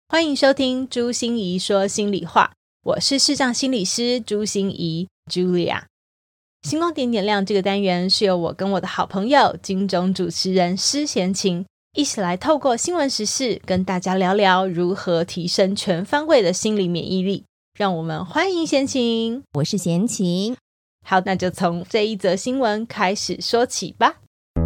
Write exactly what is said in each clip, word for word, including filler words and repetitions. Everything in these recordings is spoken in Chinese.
欢迎收听朱心怡说心里话，我是视障心理师朱心怡 Julia。 星光点点亮这个单元是由我跟我的好朋友金钟主持人施贤琴一起来透过新闻时事跟大家聊聊如何提升全方位的心理免疫力。让我们欢迎贤琴。 我是贤琴。 好，那就从这一则新闻开始说起吧。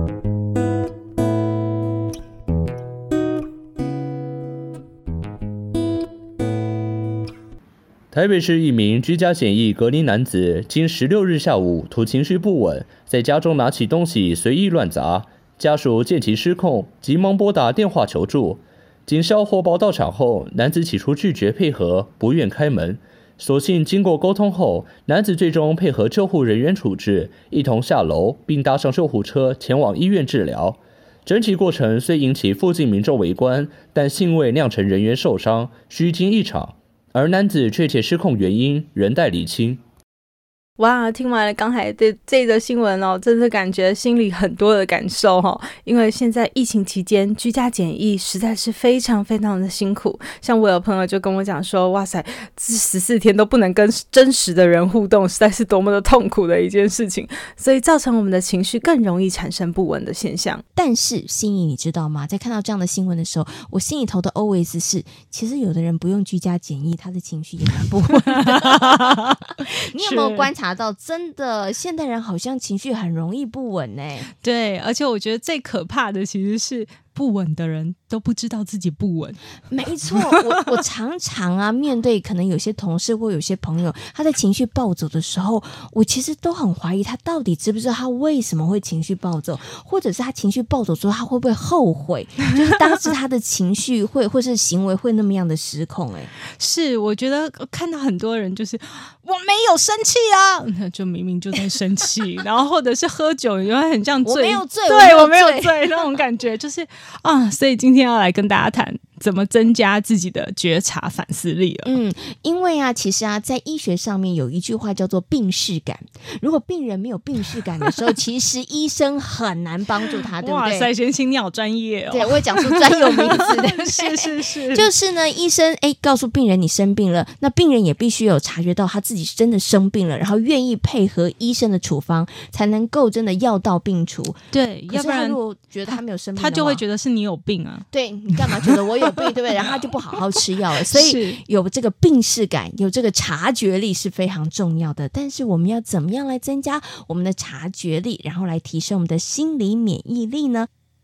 台北市一名居家检疫隔离男子，经十六日下午图情绪不稳，在家中拿起东西随意乱砸，家属见其失控，急忙拨打电话求助。警消获报到场后，男子起初拒绝配合，不愿开门。所幸经过沟通后，男子最终配合救护人员处置，一同下楼，并搭上救护车前往医院治疗。整体过程虽引起附近民众围观，但幸未酿成人员受伤，虚惊一场。而男子确切失控原因仍待厘清。 哇，听完了刚才的这则新闻哦，真的感觉心里很多的感受哦。因为现在疫情期间居家检疫实在是非常非常的辛苦。像我有朋友就跟我讲说，哇塞，这十四天都不能跟真实的人互动，实在是多么的痛苦的一件事情，所以造成我们的情绪更容易产生不稳的现象。 但是心怡你知道吗，在看到这样的新闻的时候，我心里头的 always 是，其实有的人不用居家检疫，他的情绪也蛮不稳的。你有没有观察到，真的现代人好像情绪很容易不稳呢？ 对，而且我觉得最可怕的其实是不稳的人都不知道自己不稳。 没错，我我常常啊面对可能有些同事或有些朋友，他在情绪暴走的时候，我其实都很怀疑他到底知不知道他为什么会情绪暴走，或者是他情绪暴走之后他会不会后悔，就是当时他的情绪会或是行为会那么样的失控。哎， 是，我觉得看到很多人就是我没有生气啊，就明明就在生气，然后或者是喝酒也会很像醉， 我没有醉， 对，我没有醉那种感觉，就是啊，所以今天要来跟大家谈怎么增加自己的觉察反思力了。 嗯，因为啊，其实啊，在医学上面有一句话叫做病识感。如果病人没有病识感的时候，其实医生很难帮助他，对不对？ 哇塞，贤琴你好专业哦！ 对，我会讲出专有名词的， 是是是， 就是呢，医生哎告诉病人你生病了，那病人也必须有察觉到他自己真的生病了，然后愿意配合医生的处方，才能够真的药到病除。 对，要不然如果觉得他没有生病， 他就会觉得是你有病啊。 对，你干嘛觉得我有病，对不对？然后他就不好好吃药了。所以有这个病识感，有这个察觉力是非常重要的。但是我们要怎么样来增加我们的察觉力，然后来提升我们的心理免疫力呢？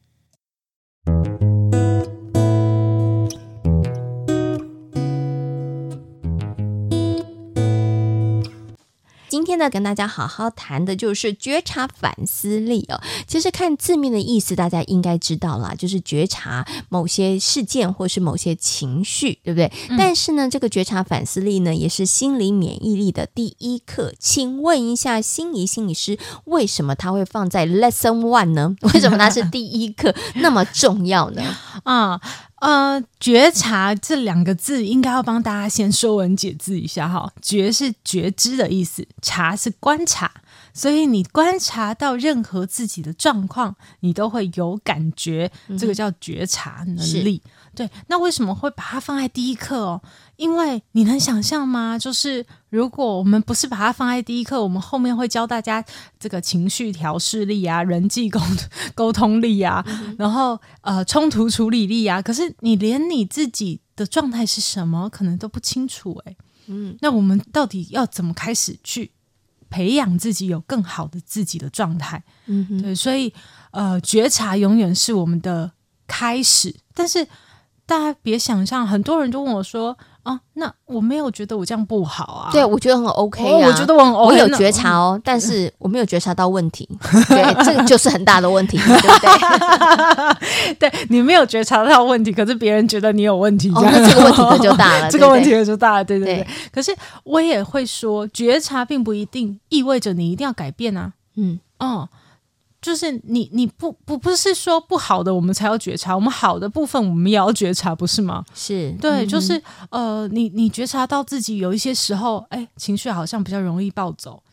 今天呢，跟大家好好谈的就是觉察反思力哦。其实看字面的意思，大家应该知道啦，就是觉察某些事件或是某些情绪，对不对？嗯、但是呢，这个觉察反思力呢，也是心理免疫力的第一课。请问一下，心怡心理师，为什么它会放在 lesson one 呢？为什么它是第一课那么重要呢？ 啊。呃，觉察这两个字应该要帮大家先说文解字一下哈。觉是觉知的意思，察是观察，所以你观察到任何自己的状况，你都会有感觉，这个叫觉察能力。嗯、对，那为什么会把它放在第一课哦？因为你能想象吗？就是如果我们不是把它放在第一课，我们后面会教大家这个情绪调试力啊、人际沟沟通力啊，嗯、然后呃冲突处理力啊，可是你连你自己的状态是什么可能都不清楚哎、欸。嗯，那我们到底要怎么开始去培养自己有更好的自己的状态？嗯哼，对，所以呃觉察永远是我们的开始，但是大家别想象，很多人就问我说啊，那我没有觉得我这样不好啊。 对，我觉得很 OK 啊、 哦、我觉得我很 OK， 我有觉察哦，但是我没有觉察到问题。对，这个就是很大的问题，对不对？ 对，你没有觉察到问题，可是别人觉得你有问题，这样、 哦、那这个问题可就大了。 这个问题可就大了，对对 对, 对, 对。可是我也会说，觉察并不一定意味着你一定要改变啊。嗯哦。就是你你不不不是说不好的我们才要觉察，我们好的部分我们也要觉察，不是吗？ 是， 对， 嗯、 就是呃，你你觉察到自己有一些时候，哎，情绪好像比较容易暴走，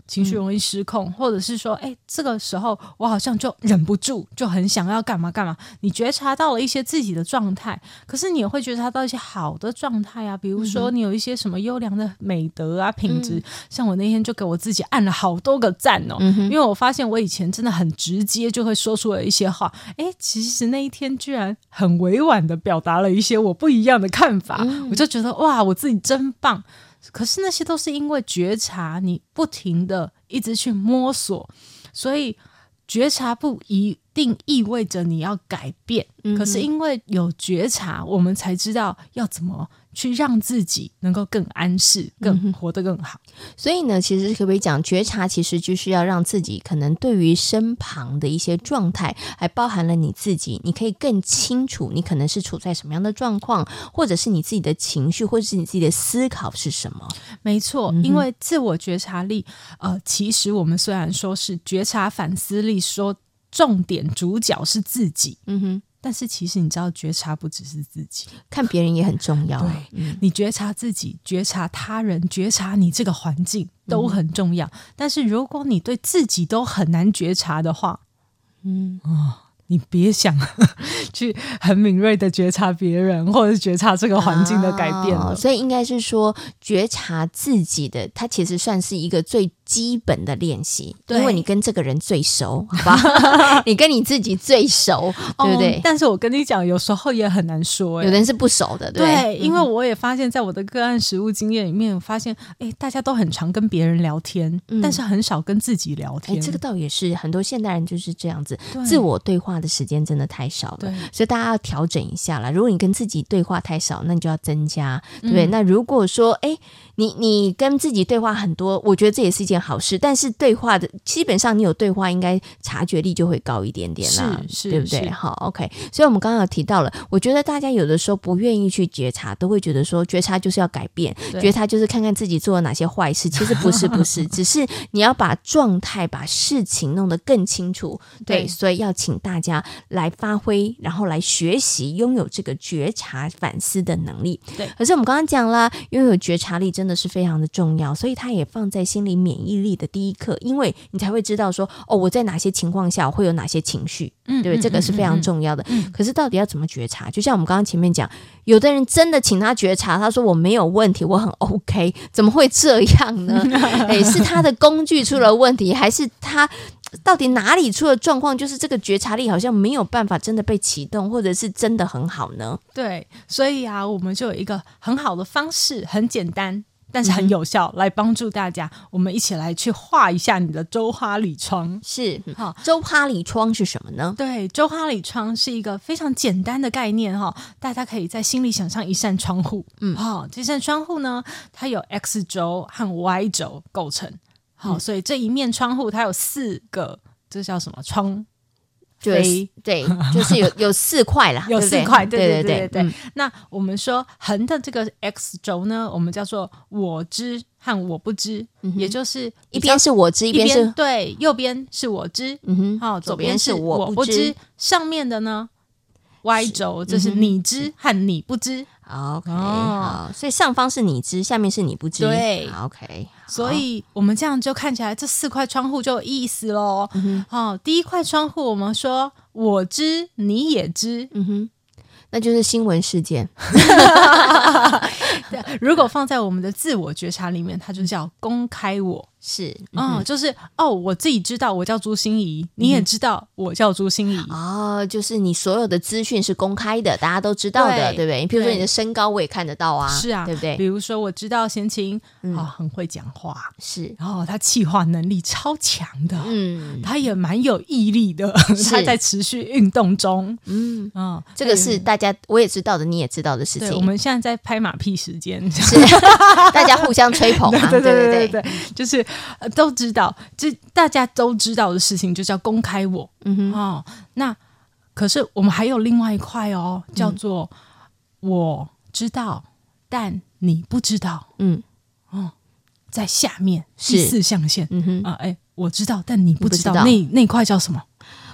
情绪容易失控，嗯、或者是说，哎，这个时候我好像就忍不住，就很想要干嘛干嘛。你觉察到了一些自己的状态，可是你也会觉察到一些好的状态啊，比如说你有一些什么优良的美德啊、品质。嗯、像我那天就给我自己按了好多个赞哦，嗯、因为我发现我以前真的很直接，就会说出了一些话，哎，其实那一天居然很委婉的表达了一些我不一样的看法，嗯、我就觉得哇，我自己真棒。可是那些都是因为觉察，你不停的一直去摸索，所以觉察不一定意味着你要改变，嗯、可是因为有觉察，我们才知道要怎么去让自己能够更安适，更活得更好。 所以呢，其实可不可以讲，觉察其实就是要让自己可能对于身旁的一些状态，还包含了你自己，你可以更清楚你可能是处在什么样的状况，或者是你自己的情绪，或者是你自己的思考是什么。 没错，嗯、因为自我觉察力，呃，其实我们虽然说是觉察反思力，说重点主角是自己，嗯哼。但是其实你知道，觉察不只是自己， 看别人也很重要。 对，嗯、你觉察自己，觉察他人，觉察你这个环境都很重要。嗯、但是如果你对自己都很难觉察的话，嗯哦，你别想去很敏锐的觉察别人，或者是觉察这个环境的改变了。 哦、所以应该是说，觉察自己的，它其实算是一个最基本的练习，因为你跟这个人最熟，好吧？你跟你自己最熟，对不对？ 哦、但是我跟你讲，有时候也很难说、欸， 有的人是不熟的，对。 对，因为我也发现，在我的个案实务经验里面，我发现，哎，大家都很常跟别人聊天，嗯、但是很少跟自己聊天。 这个倒也是，很多现代人就是这样子，自我对话的时间真的太少了，所以大家要调整一下啦。如果你跟自己对话太少，那你就要增加，对不对？嗯、那如果说，哎，你你跟自己对话很多，我觉得这也是一件好事，但是对话的基本上你有对话，应该察觉力就会高一点点啦， 是是， 对不对？好 ，OK。所以我们刚刚有提到了，我觉得大家有的时候不愿意去觉察，都会觉得说觉察就是要改变，觉察就是看看自己做了哪些坏事，其实不是不是，只是你要把状态、把事情弄得更清楚。对，对，所以要请大家来发挥，然后来学习，拥有这个觉察反思的能力。 对， 可是我们刚刚讲啦，拥有觉察力真的是非常的重要，所以它也放在心理免疫力的第一课，因为你才会知道说，哦，我在哪些情况下我会有哪些情绪，嗯，对不对？这个是非常重要的。嗯，可是到底要怎么觉察？就像我们刚刚前面讲，有的人真的请他觉察，他说我没有问题，我很 OK， 怎么会这样呢？诶，是他的工具出了问题，还是他到底哪里出了状况？就是这个觉察力好像没有办法真的被启动，或者是真的很好呢？ 对，所以啊，我们就有一个很好的方式，很简单但是很有效，嗯、来帮助大家。我们一起来去画一下你的周哈里窗。 是，好，周哈里窗是什么呢？ 对，周哈里窗是一个非常简单的概念哈，大家可以在心里想象一扇窗户。嗯，好，这扇窗户呢，它有 X 轴和 Y 轴构成。好，嗯、所以这一面窗户它有四个，这叫什么窗？ 对对，就是有有四块啦， 有四块，对对对对对, 对、嗯、那我们说横的这个 X 轴呢，我们叫做我知和我不知，嗯、也就是一边是我知，一边是对，右边是我知，嗯哼，好，左边是我不知，上面的呢 Y 轴，这是你知和你不知。 OK，、哦、好，所以上方是你知，下面是你不知。 对 ，OK， 所以我们这样就看起来这四块窗户就有意思咯。嗯哼，哦，第一块窗户我们说我知你也知，嗯哼， 那就是新闻事件。 如果放在我们的自我觉察里面，它就叫公开我。 是， 嗯，嗯就是哦，我自己知道我叫朱心怡，你也知道我叫朱心怡、 嗯、哦，就是你所有的资讯是公开的，大家都知道的， 对, 对不对？比如说你的身高我也看得到啊， 是啊， 对不对？ 比如说我知道贤琴、嗯哦、很会讲话， 是， 然后他企划能力超强的，嗯，他也蛮有毅力的，他在持续运动中，嗯嗯，这个是大家我也知道的，你也知道的事情。 对，我们现在在拍马屁时间， 是大家互相吹捧啊， 对对对对 对, 对，就是。呃、都知道，这大家都知道的事情就叫公开我。嗯哼，哦，那可是我们还有另外一块哦，叫做我知道，但你不知道。嗯，哦，在下面第四象限。嗯哼，啊，哎，我知道，但你不知道，不知道那那块叫什么？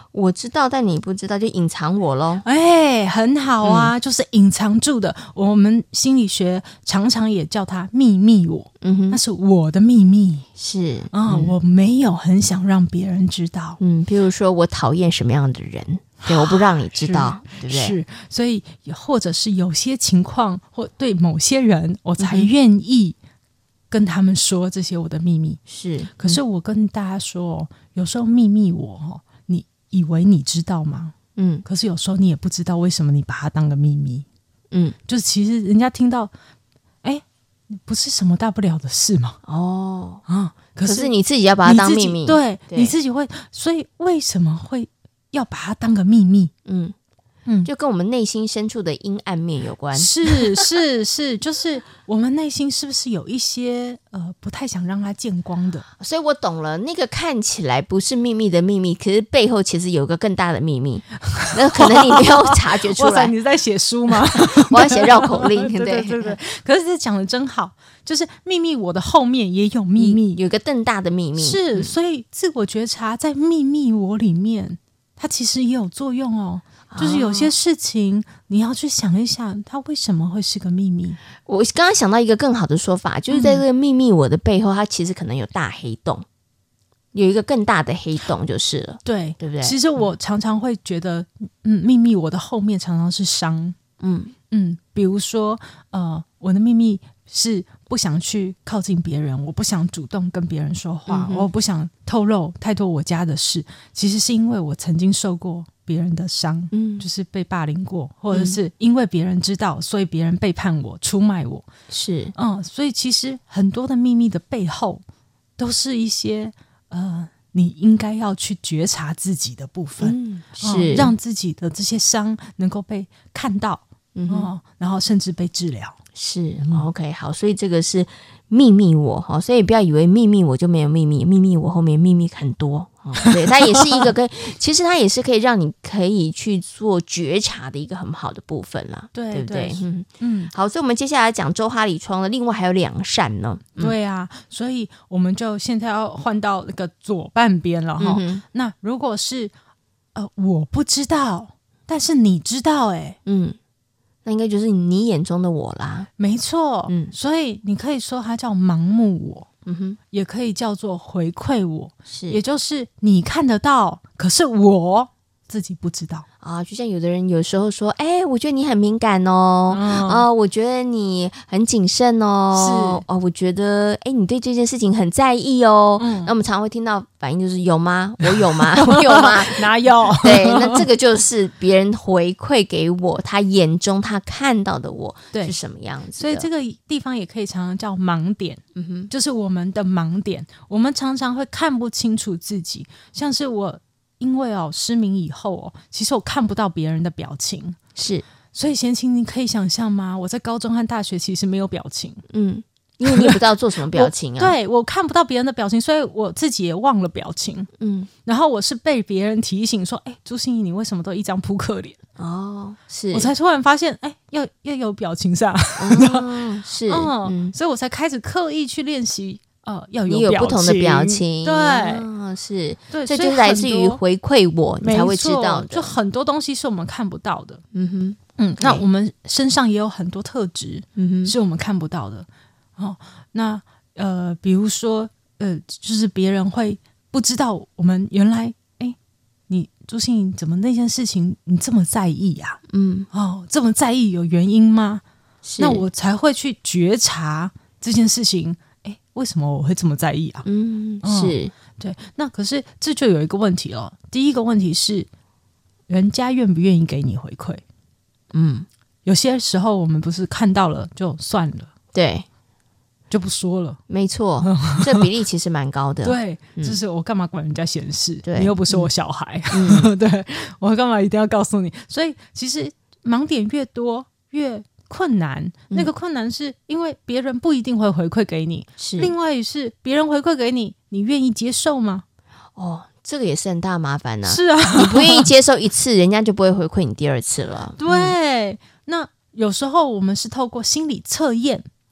我知道但你不知道，就隐藏我咯。 哎，很好啊、 嗯、 就是隐藏住的，我们心理学常常也叫它秘密我， 嗯哼， 那是我的秘密， 是啊、 嗯， 我没有很想让别人知道。 嗯，比如说我讨厌什么样的人，对，我不让你知道，对不对？ 是，所以或者是有些情况或对某些人，我才愿意跟他们说这些我的秘密。 是， 可是我跟大家说，有时候秘密我，你以为你知道吗？ 嗯， 可是有时候你也不知道为什么你把它当个秘密。 嗯， 就是其实人家听到，哎，不是什么大不了的事嘛。 哦， 啊，可是可是你自己要把它当秘密， 对， 对你自己会，所以为什么会要把它当个秘密？ 嗯。 嗯， 就跟我们内心深处的阴暗面有关。 是是是，就是我们内心是不是有一些呃不太想让它见光的？ 所以我懂了，那个看起来不是秘密的秘密，可是背后其实有个更大的秘密，那可能你没有察觉出来。 哇塞，你在写书吗？ 我要写绕口令，对对对对。可是这讲的真好，就是秘密我的后面也有秘密， 有个更大的秘密。 是，所以自我觉察在秘密我里面，它其实也有作用哦。就是有些事情你要去想一想，它为什么会是个秘密。 我刚刚想到一个更好的说法，就是在这个秘密我的背后，它其实可能有大黑洞，有一个更大的黑洞就是了。 对， 对不对？ 其实我常常会觉得，嗯，秘密我的后面常常是伤。 嗯嗯，比如说，呃，我的秘密是不想去靠近别人，我不想主动跟别人说话，嗯、我不想透露太多我家的事。其实是因为我曾经受过别人的伤，嗯，就是被霸凌过，或者是因为别人知道，所以别人背叛我、出卖我， 是， 嗯，所以其实很多的秘密的背后，都是一些呃，你应该要去觉察自己的部分， 嗯、是、 嗯、让自己的这些伤能够被看到，嗯、哦，然后甚至被治疗。 是、嗯、OK， 好，所以这个是秘密我哈，所以不要以为秘密我就没有秘密，秘密我后面秘密很多，哦、对，它也是一个跟其实它也是可以让你可以去做觉察的一个很好的部分啦， 对对不对？ 对嗯嗯， 好，所以我们接下来讲周哈里窗的，另外还有两扇呢。 嗯、对啊，所以我们就现在要换到那个左半边了哈、嗯。那如果是呃我不知道，但是你知道、欸，哎，嗯。 那应该就是你眼中的我啦， 没错， 嗯， 所以你可以说它叫盲目我， 嗯哼， 也可以叫做回馈我， 是， 也就是你看得到，可是我自己不知道啊。就像有的人有时候说，哎、欸，我觉得你很敏感哦，嗯、啊，我觉得你很谨慎哦，是哦，我觉得哎、欸，你对这件事情很在意哦。嗯，那我们常常会听到反应就是有吗？我有吗？我有吗？ 哪有？ 对，那这个就是别人回馈给我，他眼中他看到的我是什么样子的。 所以这个地方也可以常常叫盲点，嗯哼，就是我们的盲点，我们常常会看不清楚自己，像是我。因为哦失明以后哦，其实我看不到别人的表情， 是， 所以贤琴你可以想象吗？我在高中和大学其实没有表情， 嗯，因为你也不知道做什么表情啊， 我对我看不到别人的表情，所以我自己也忘了表情，嗯，然后我是被别人提醒说，哎，朱心怡你为什么都一张扑克脸？ 哦，是我才突然发现，哎，要要有表情上， 哦、是， 嗯，所以我才开始刻意去练习。呃，要有你有不同的表情， 对、 哦，是， 对， 这就是来自于回馈我，你才会知道的。 就很多东西是我们看不到的， 嗯哼， 嗯，那我们身上也有很多特质，嗯哼，是我们看不到的。哦，那呃，比如说，呃，就是别人会不知道我们原来，哎，你朱心怡怎么那件事情你这么在意呀、啊？嗯，哦，这么在意有原因吗？那我才会去觉察这件事情。为什么我会这么在意啊？ 嗯，是、嗯、 对。那可是这就有一个问题了。第一个问题是，人家愿不愿意给你回馈？嗯，有些时候我们不是看到了就算了， 对， 就不说了。 没错，这比例其实蛮高的。 对，嗯、就是我干嘛管人家闲事？ 对， 你又不是我小孩，嗯、对我干嘛一定要告诉你？所以其实盲点越多越。困难，那个困难是因为别人不一定会回馈给你，是另外是别人回馈给你，你愿意接受吗？ 哦，这个也是很大麻烦呐、啊。 是啊， 你不愿意接受一次，人家就不会回馈你第二次了。 对，嗯、那有时候我们是透过心理测验，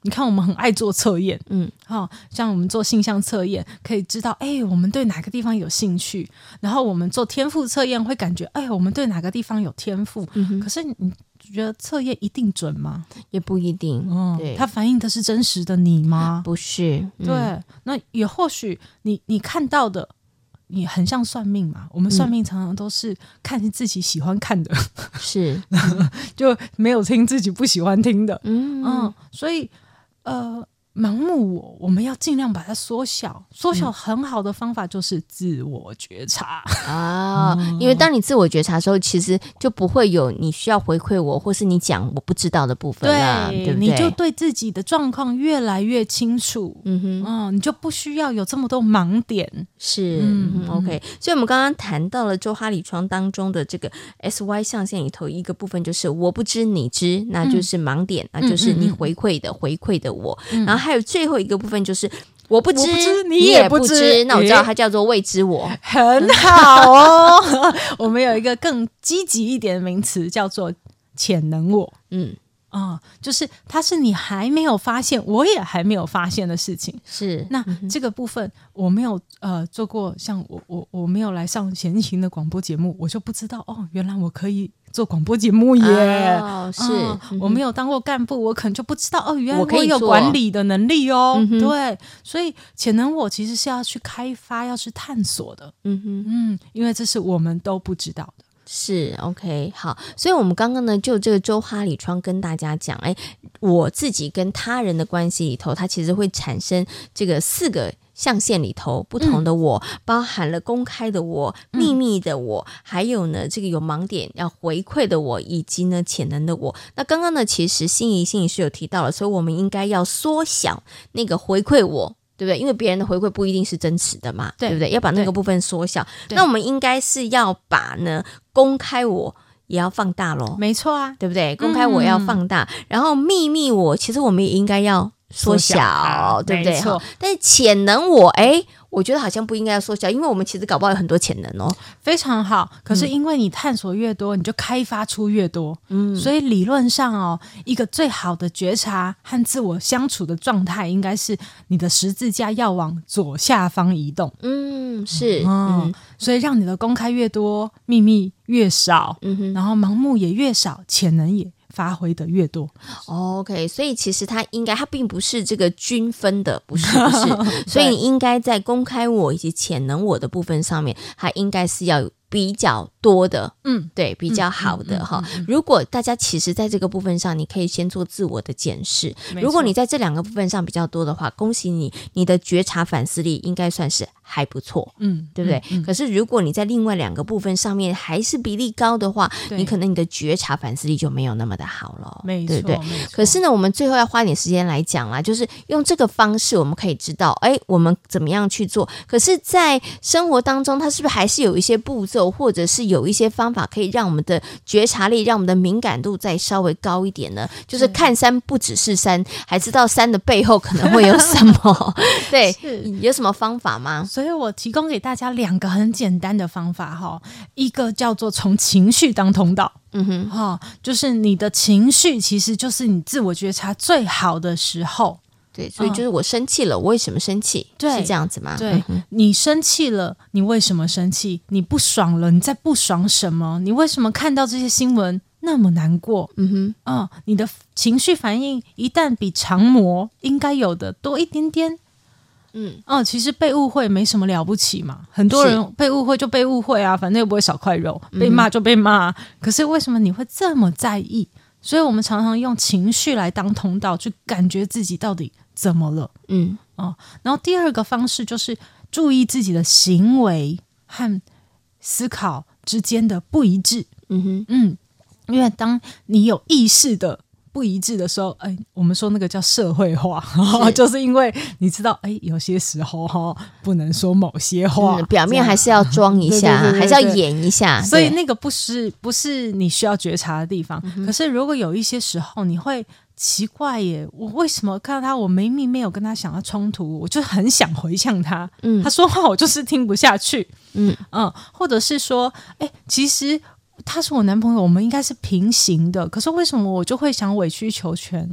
你看我们很爱做测验， 嗯， 哦，像我们做性向测验，可以知道，哎，我们对哪个地方有兴趣，然后我们做天赋测验会感觉，哎，我们对哪个地方有天赋，嗯、可是你觉得测验一定准吗？ 也不一定， 嗯， 对， 它反映的是真实的你吗？ 不是，嗯、 对，那也或许你你看到的。你很像算命嘛，我们算命常常都是看自己喜欢看的， 是就没有听自己不喜欢听的， 嗯嗯，所以呃，盲目我我们要尽量把它缩小，缩小很好的方法就是自我觉察啊、嗯，因为当你自我觉察的时候，其实就不会有你需要回馈我，或是你讲我不知道的部分啦，对，对不对？ 你就对自己的状况越来越清楚，嗯哼，嗯，你就不需要有这么多盲点。 是，嗯嗯 ，OK。所以我们刚刚谈到了周哈里窗当中的这个 S Y 象限里头一个部分，就是我不知你知，那就是盲点，嗯、那就是你回馈的、嗯、回馈的我、嗯。然后还有最后一个部分就是我不知， 我不知你也不知，那我知道它叫做未知我， 很好哦。我们有一个更积极一点的名词叫做潜能我，嗯。啊、嗯，就是它是你还没有发现，我也还没有发现的事情。 是， 那、嗯、这个部分我没有呃做过，像我我我没有来上闲情的广播节目，我就不知道哦，原来我可以做广播节目耶。 哦，是、 嗯，我没有当过干部，我可能就不知道哦，原来我有管理的能力哦。嗯、对，所以潜能我其实是要去开发，要去探索的。嗯哼，嗯，因为这是我们都不知道的。 是 OK 好，所以我们刚刚呢就这个周哈里窗跟大家讲，哎，我自己跟他人的关系里头，它其实会产生这个四个象限里头不同的我、嗯、包含了公开的我、秘密的我、嗯、还有呢这个有盲点要回馈的我，以及呢潜能的我。那刚刚呢其实心怡心怡是有提到了，所以我们应该要缩小那个回馈我，对不对？因为别人的回馈不一定是真实的嘛， 对, 对不对？要把那个部分缩小。那我们应该是要把呢公开我也要放大咯， 没错啊， 对不对？公开我要放大、嗯、然后秘密我其实我们也应该要缩小, 缩小对不对？但是潜能我哎，我觉得好像不应该要缩小，因为我们其实搞不好有很多潜能哦， 非常好。可是因为你探索越多、嗯、你就开发出越多，嗯，所以理论上哦，一个最好的觉察和自我相处的状态，应该是你的十字架要往左下方移动。 嗯，是， 嗯，嗯所以让你的公开越多，秘密越少，嗯哼，然后盲目也越少，潜能也发挥的越多。 OK， 所以其实它应该它并不是这个均分的，不是不是，所以你应该在公开我以及潜能我的部分上面，它应该是要有比较多的，嗯，对，比较好的哈、嗯嗯嗯嗯。如果大家其实在这个部分上，你可以先做自我的检视。如果你在这两个部分上比较多的话，恭喜你，你的觉察反思力应该算是还不错，嗯，对不对？嗯嗯、可是如果你在另外两个部分上面还是比例高的话，你可能你的觉察反思力就没有那么的好了， 没错， 对不对？ 没错。 可是呢，我们最后要花点时间来讲啦，就是用这个方式，我们可以知道，哎，我们怎么样去做？可是，在生活当中，它是不是还是有一些步骤？或者是有一些方法可以让我们的觉察力，让我们的敏感度再稍微高一点呢？就是看山不只是山，还知道山的背后可能会有什么对，有什么方法吗？ 所以我提供给大家两个很简单的方法哈，一个叫做从情绪当通道，嗯哼，哈，就是你的情绪其实就是你自我觉察最好的时候。 对，所以就是我生气了、嗯、我为什么生气？是这样子吗？ 对、嗯、你生气了，你为什么生气？你不爽了，你在不爽什么？你为什么看到这些新闻那么难过？嗯哼，嗯，你的情绪反应一旦比常模应该有的多一点点，嗯，哦，其实被误会没什么了不起嘛，很多人被误会就被误会啊，反正又不会少块肉，被骂就被骂、嗯、可是为什么你会这么在意？所以我们常常用情绪来当通道，去感觉自己到底怎么了，嗯，哦，然后第二个方式就是注意自己的行为和思考之间的不一致，嗯哼，嗯，因为当你有意识的不一致的时候，哎，我们说那个叫社会化，是就是因为你知道，哎，有些时候哈不能说某些话、 嗯，表面还是要装一下，对对对对对，还是要演一下， 所以那个不是不是你需要觉察的地方。嗯、可是如果有一些时候你会奇怪耶，我为什么看到他，我明明没有跟他想要冲突，我就很想回呛他，嗯，他说话我就是听不下去，嗯嗯，或者是说，哎，其实他是我男朋友，我们应该是平行的，可是为什么我就会想委曲求全？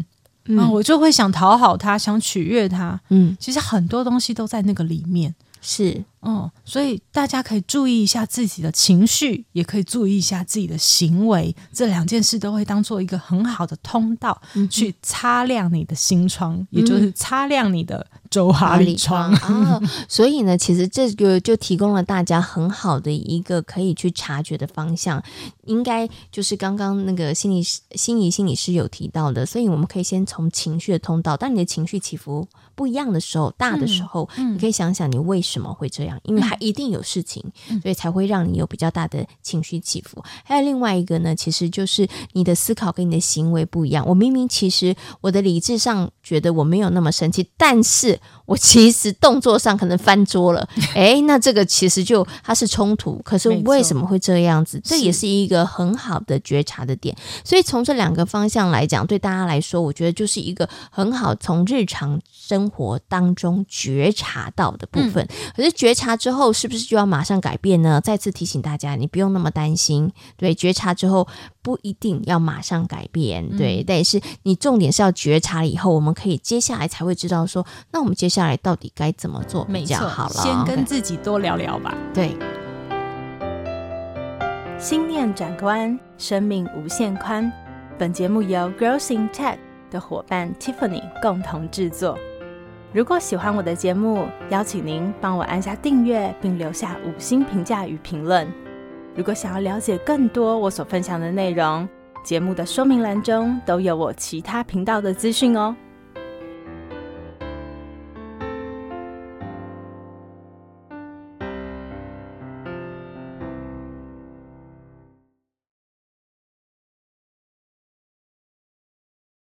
嗯、啊，我就会想讨好他，想取悦他。 嗯， 其实很多东西都在那个里面。 是， 哦，所以大家可以注意一下自己的情绪，也可以注意一下自己的行为，这两件事都会当做一个很好的通道，嗯、去擦亮你的心窗，嗯、也就是擦亮你的周哈里窗。 哦，所以呢，其实这个就提供了大家很好的一个可以去察觉的方向，应该就是刚刚那个心理心仪心理师有提到的，所以我们可以先从情绪的通道，当你的情绪起伏不一样的时候，大的时候，嗯嗯、你可以想想你为什么会这样，因为它一定有事情，嗯、所以才会让你有比较大的情绪起伏。还有另外一个呢，其实就是你的思考跟你的行为不一样。我明明其实我的理智上觉得我没有那么生气，但是我其实动作上可能翻桌了，诶，那这个其实就它是冲突，可是为什么会这样子？这也是一个很好的觉察的点。所以从这两个方向来讲，对大家来说，我觉得就是一个很好从日常生活当中觉察到的部分。嗯、可是觉察之后是不是就要马上改变呢？再次提醒大家，你不用那么担心，对，觉察之后不一定要马上改变，对，嗯、但是你重点是要觉察了以后，我们可以接下来才会知道说，那我们接下来到底该怎么做比较好了。 先跟自己多聊聊吧。 对， 心念转关，生命无限宽。本节目由 Girls in Tech 的伙伴 Tiffany 共同制作。如果喜欢我的节目，邀请您帮我按下订阅，并留下五星评价与评论。如果想要了解更多我所分享的内容，节目的说明栏中都有我其他频道的资讯哦。